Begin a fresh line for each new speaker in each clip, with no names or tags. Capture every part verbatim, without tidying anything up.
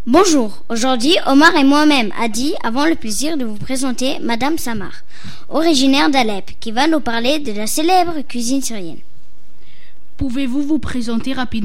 Bonjour, aujourd'hui Omar et moi-même Adi avons le plaisir de vous présenter Madame Samar, originaire d'Alep, qui va nous parler de la célèbre cuisine syrienne.
Pouvez-vous vous présenter rapidement ?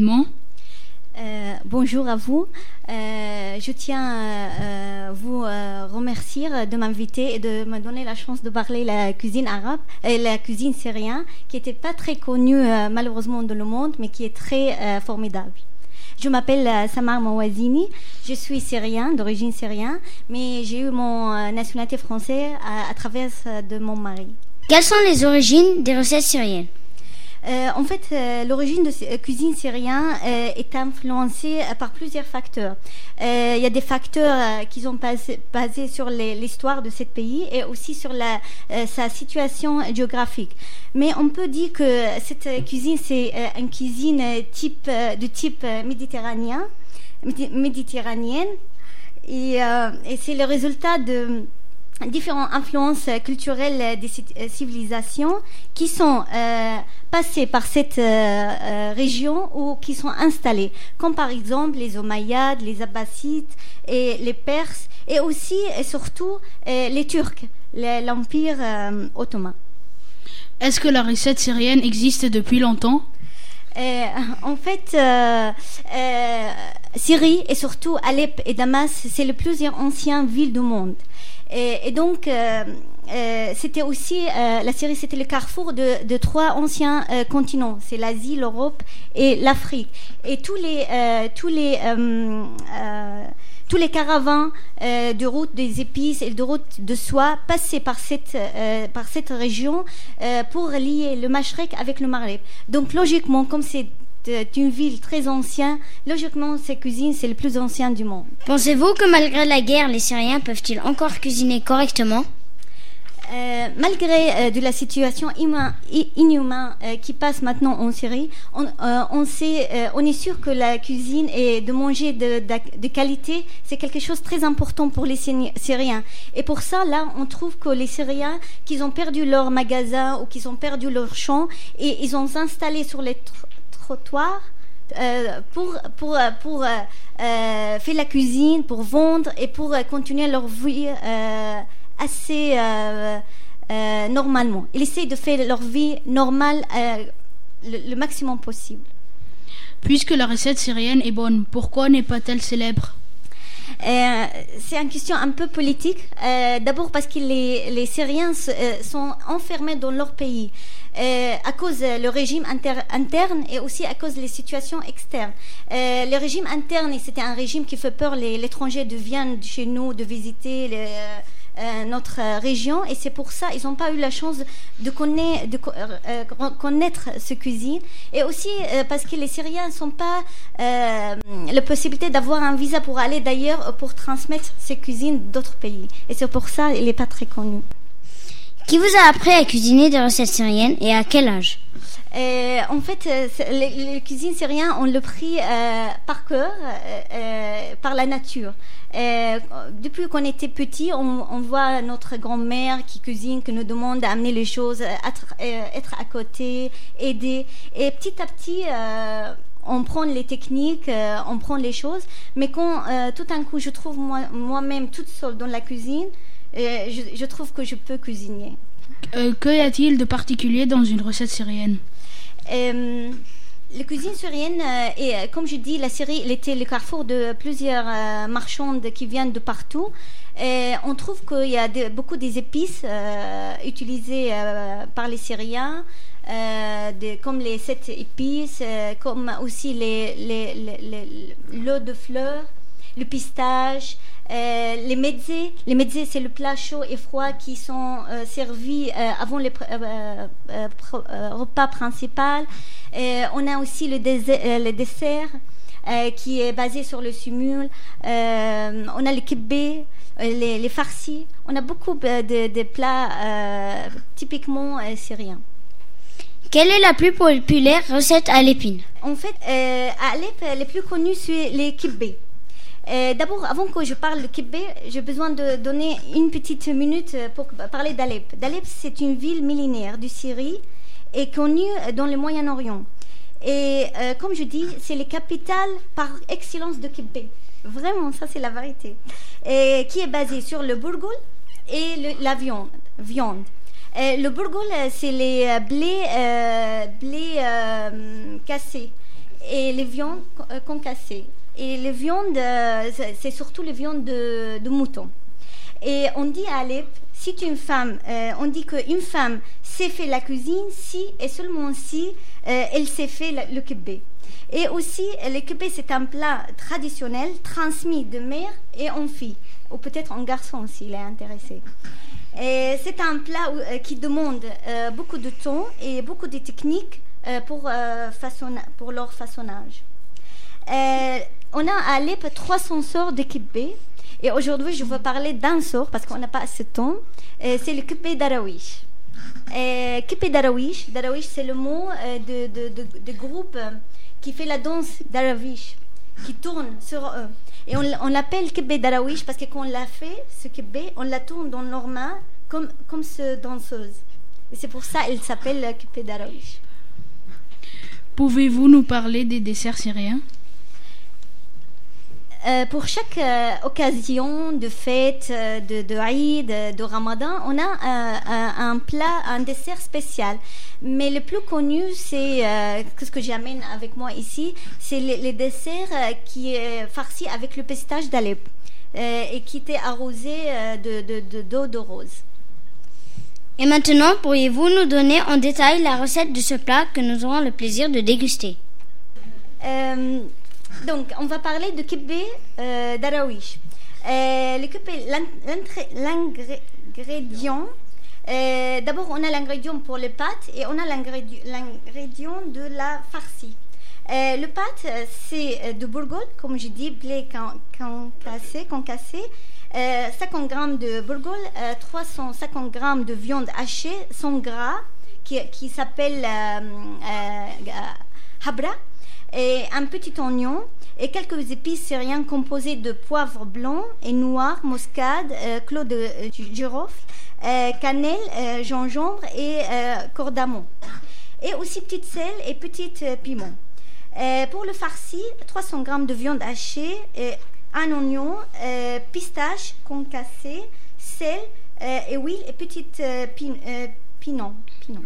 Euh, bonjour à vous. Euh, je tiens à euh, vous euh, remercier de m'inviter et de me donner la chance de parler la cuisine arabe et la cuisine syrienne, qui n'était pas très connue euh, malheureusement dans le monde, mais qui est très euh, formidable. Je m'appelle euh, Samar Mawazini, je suis syrienne, d'origine syrienne, mais j'ai eu mon euh, nationalité française à, à travers euh, de mon mari.
Quelles sont les origines des recettes syriennes ?
Euh, en fait, euh, l'origine de la cuisine syrienne euh, est influencée euh, par plusieurs facteurs. Il euh, y a des facteurs euh, qui sont basés, basés sur les, l'histoire de ce pays et aussi sur la, euh, sa situation géographique. Mais on peut dire que cette cuisine, c'est euh, une cuisine type, euh, de type euh, méditerranéen, méditerranéenne et, euh, et c'est le résultat de différentes influences culturelles des civilisations qui sont euh, passées par cette euh, euh, région ou qui sont installées, comme par exemple les Omeyyades, les Abbassides et les Perses, et aussi et surtout euh, les Turcs, les, l'Empire euh, ottoman.
Est-ce que la recette syrienne existe depuis longtemps ?
Euh, en fait, euh, euh, Syrie et surtout Alep et Damas, c'est les plus anciennes villes du monde. Et, et donc, euh, euh, c'était aussi, euh, la Syrie, c'était le carrefour de, de trois anciens euh, continents. C'est l'Asie, l'Europe et l'Afrique. Et tous les, euh, tous les, euh, euh, tous les caravans euh, de route des épices et de route de soie passaient par cette, euh, par cette région euh, pour lier le Mashrek avec le Maghreb. Donc, logiquement, comme c'est C'est une ville très ancienne. Logiquement, cette cuisine, c'est le plus ancien du monde.
Pensez-vous que malgré la guerre, les Syriens peuvent-ils encore cuisiner correctement ?
Euh, malgré euh, de la situation humain, inhumaine euh, qui passe maintenant en Syrie, on, euh, on, sait, euh, on est sûr que la cuisine et de manger de, de, de qualité, c'est quelque chose de très important pour les Syriens. Et pour ça, là, on trouve que les Syriens, qu'ils ont perdu leur magasin ou qu'ils ont perdu leur champ, et ils ont installé sur les tr- trottoirs euh, pour, pour, pour euh, euh, faire la cuisine, pour vendre et pour euh, continuer leur vie euh, assez euh, euh, normalement. Ils essayent de faire leur vie normale euh, le, le maximum possible.
Puisque la recette syrienne est bonne, pourquoi n'est pas-elle célèbre ?
Euh, c'est une question un peu politique. Euh, d'abord parce que les, les Syriens euh, sont enfermés dans leur pays euh, à cause du régime inter- interne et aussi à cause des situations externes. Euh, le régime interne, c'était un régime qui fait peur. Les, l'étranger de viennent chez nous, de visiter les, euh, notre région, et c'est pour ça ils n'ont pas eu la chance de connaître, de euh, connaître ce cuisine, et aussi euh, parce que les Syriens n'ont pas euh, la possibilité d'avoir un visa pour aller d'ailleurs pour transmettre ces cuisines d'autres pays, et c'est pour ça il n'est pas très connu.
Qui vous a appris à cuisiner des recettes syriennes et à quel âge ?
Euh, en fait, euh, les, les cuisines syriennes, on le pris euh, par cœur, euh, euh, par la nature. Euh, depuis qu'on était petit, on, on voit notre grand-mère qui cuisine, qui nous demande d'amener les choses, être, euh, être à côté, aider. Et petit à petit, euh, on prend les techniques, euh, on prend les choses. Mais quand euh, tout d'un coup, je trouve moi, moi-même toute seule dans la cuisine, euh, je, je trouve que je peux cuisiner.
Euh, que y a-t-il de particulier dans une recette syrienne ?
Euh, la cuisine syrienne, euh, et euh, comme je dis, la Syrie elle était le carrefour de plusieurs euh, marchandes qui viennent de partout. Et on trouve qu'il y a de, beaucoup des épices euh, utilisées euh, par les Syriens, euh, de, comme les sept épices, euh, comme aussi les, les, les, les, l'eau de fleurs, le pistache. Euh, les mezzés, les mezzés c'est le plat chaud et froid qui sont euh, servis euh, avant le euh, euh, euh, repas principal. Euh, on a aussi le, désert, euh, le dessert euh, qui est basé sur le semoule. Euh, on a le kibbé, les, les farcis. On a beaucoup de, de plats euh, typiquement euh, syriens.
Quelle est la plus populaire recette alépine ?
En fait, euh, à Alep, les plus connus c'est les kibbés. Euh, d'abord, avant que je parle de kibbé, j'ai besoin de donner une petite minute pour parler d'Alep. D'Alep, c'est une ville millénaire de Syrie et connue dans le Moyen-Orient. Et euh, comme je dis, c'est la capitale par excellence de kibbé. Vraiment, ça c'est la vérité. Et qui est basé sur le bourgoul et le, la viande. viande. Et le bourgoul, c'est les blés, euh, blés euh, cassés et les viandes euh, concassées. Et les viandes, euh, c'est surtout les viandes de, de mouton. Et on dit à Alep, si tu es une femme, euh, on dit qu'une femme sait faire la cuisine si et seulement si euh, elle sait faire la, le kibbé. Et aussi, le kibbé, c'est un plat traditionnel transmis de mère et en fille, ou peut-être en garçon s'il est intéressé. Et c'est un plat où, euh, qui demande euh, beaucoup de temps et beaucoup de techniques euh, pour, euh, façonna- pour leur façonnage. Euh, on a à Alep trois cents sortes de kibbé. Et aujourd'hui, je veux parler d'un sort parce qu'on n'a pas assez de temps. Et c'est le kibbé d'Arawish. Et kibbé d'Arawish, d'Arawish, c'est le mot euh, de, de, de, de groupe euh, qui fait la danse d'Arawish, qui tourne sur eux. Et on, on l'appelle kibbé d'Arawish parce que quand on l'a fait, ce kibbé, on la tourne dans leurs mains comme, comme ce danseuse. Et c'est pour ça qu'elle s'appelle kibbé d'Arawish.
Pouvez-vous nous parler des desserts syriens ?
Euh, pour chaque euh, occasion de fête, euh, de, de Eid, de, de Ramadan, on a euh, un, un plat, un dessert spécial. Mais le plus connu, c'est euh, ce que j'amène avec moi ici, c'est le, le dessert euh, qui est farci avec le pistache d'Alep euh, et qui était arrosé euh, de, de, de, d'eau de rose.
Et maintenant, pourriez-vous nous donner en détail la recette de ce plat que nous aurons le plaisir de déguster ?
euh, Donc, on va parler de kibbé euh, d'Arawish. Euh, le kibbé, l'ingrédient, euh, d'abord on a l'ingrédient pour les pâtes et on a l'ingrédient, l'ingrédient de la farcie. Euh, le pâte, c'est de bourgoule, comme je dis, blé concassé, concassé, euh, cinquante grammes de bourgoule, euh, trois cent cinquante grammes de viande hachée sans gras, qui, qui s'appelle euh, euh, habra, et un petit oignon et quelques épices syriennes composées de poivre blanc et noir, muscade, euh, clous de euh, girofle, euh, cannelle, euh, gingembre et euh, cardamome. Et aussi petite sel et petite euh, piment. Euh, pour le farci, trois cents grammes de viande hachée, euh, un oignon, euh, pistache concassé, sel euh, et huile et petite euh, pin, euh, pinon, pinon.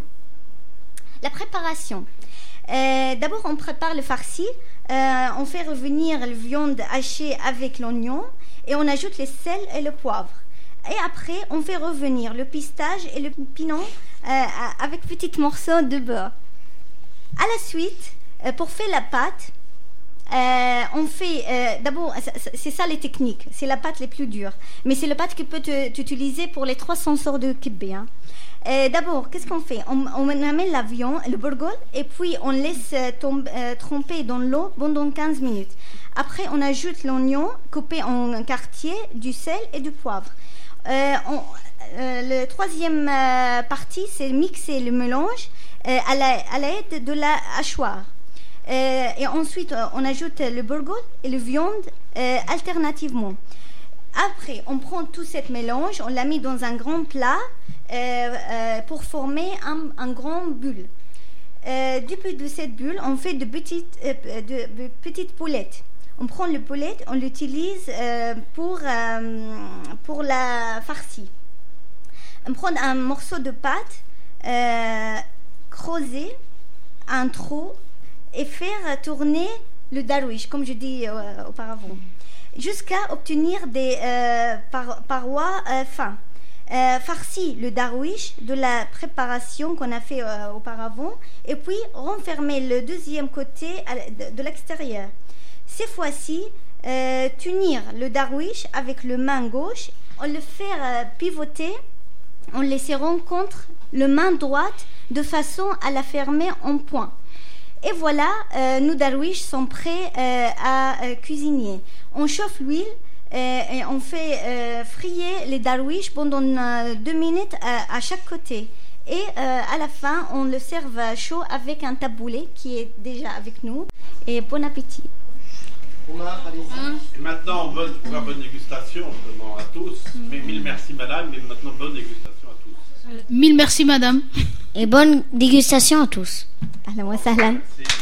La préparation. Euh, d'abord, on prépare le farci. Euh, on fait revenir la viande hachée avec l'oignon et on ajoute le sel et le poivre. Et après, on fait revenir le pistache et le pinon euh, avec petits morceaux de beurre. À la suite, euh, pour faire la pâte, euh, on fait euh, d'abord, c'est ça les techniques, c'est la pâte les plus dures, mais c'est la pâte qui peut t'utiliser pour les trois cents sortes de kibbé. Hein. Euh, d'abord, qu'est-ce qu'on fait? on, on amène la viande, le bourgoul, et puis on laisse tomber, euh, tremper dans l'eau pendant quinze minutes. Après, on ajoute l'oignon coupé en quartiers, du sel et du poivre. Euh, on, euh, le troisième euh, partie, c'est mixer le mélange euh, à, la, à l'aide de la hachoir. Euh, et ensuite, euh, on ajoute le bourgoul et la viande euh, alternativement. Après, on prend tout ce mélange, on l'a mis dans un grand plat euh, euh, pour former un, un grand bulle. Euh, depuis de cette bulle, on fait de petites, euh, de, de petites poulettes. On prend le poulette, on l'utilise euh, pour, euh, pour la farcie. On prend un morceau de pâte, euh, creuser un trou et faire tourner le darwish, comme je dis euh, auparavant, jusqu'à obtenir des euh, par, parois euh, fins. Euh, farci le darwish de la préparation qu'on a fait euh, auparavant et puis renfermer le deuxième côté de, de l'extérieur. Cette fois-ci, euh, tenir le darwish avec le main gauche, on le fait euh, pivoter en le serrant contre le main droite de façon à la fermer en point. Et voilà, euh, nos darwish sont prêts euh, à euh, cuisiner. On chauffe l'huile euh, et on fait euh, frire les darwish pendant euh, deux minutes à, à chaque côté. Et euh, à la fin, on le serve chaud avec un taboulé qui est déjà avec nous. Et bon appétit.
Et maintenant, bonne, bonne dégustation à tous. Mais mille merci madame, mais maintenant bonne dégustation à tous.
Mille merci madame.
Et bonne dégustation à tous.
Ahlan wa sahlan.
Merci.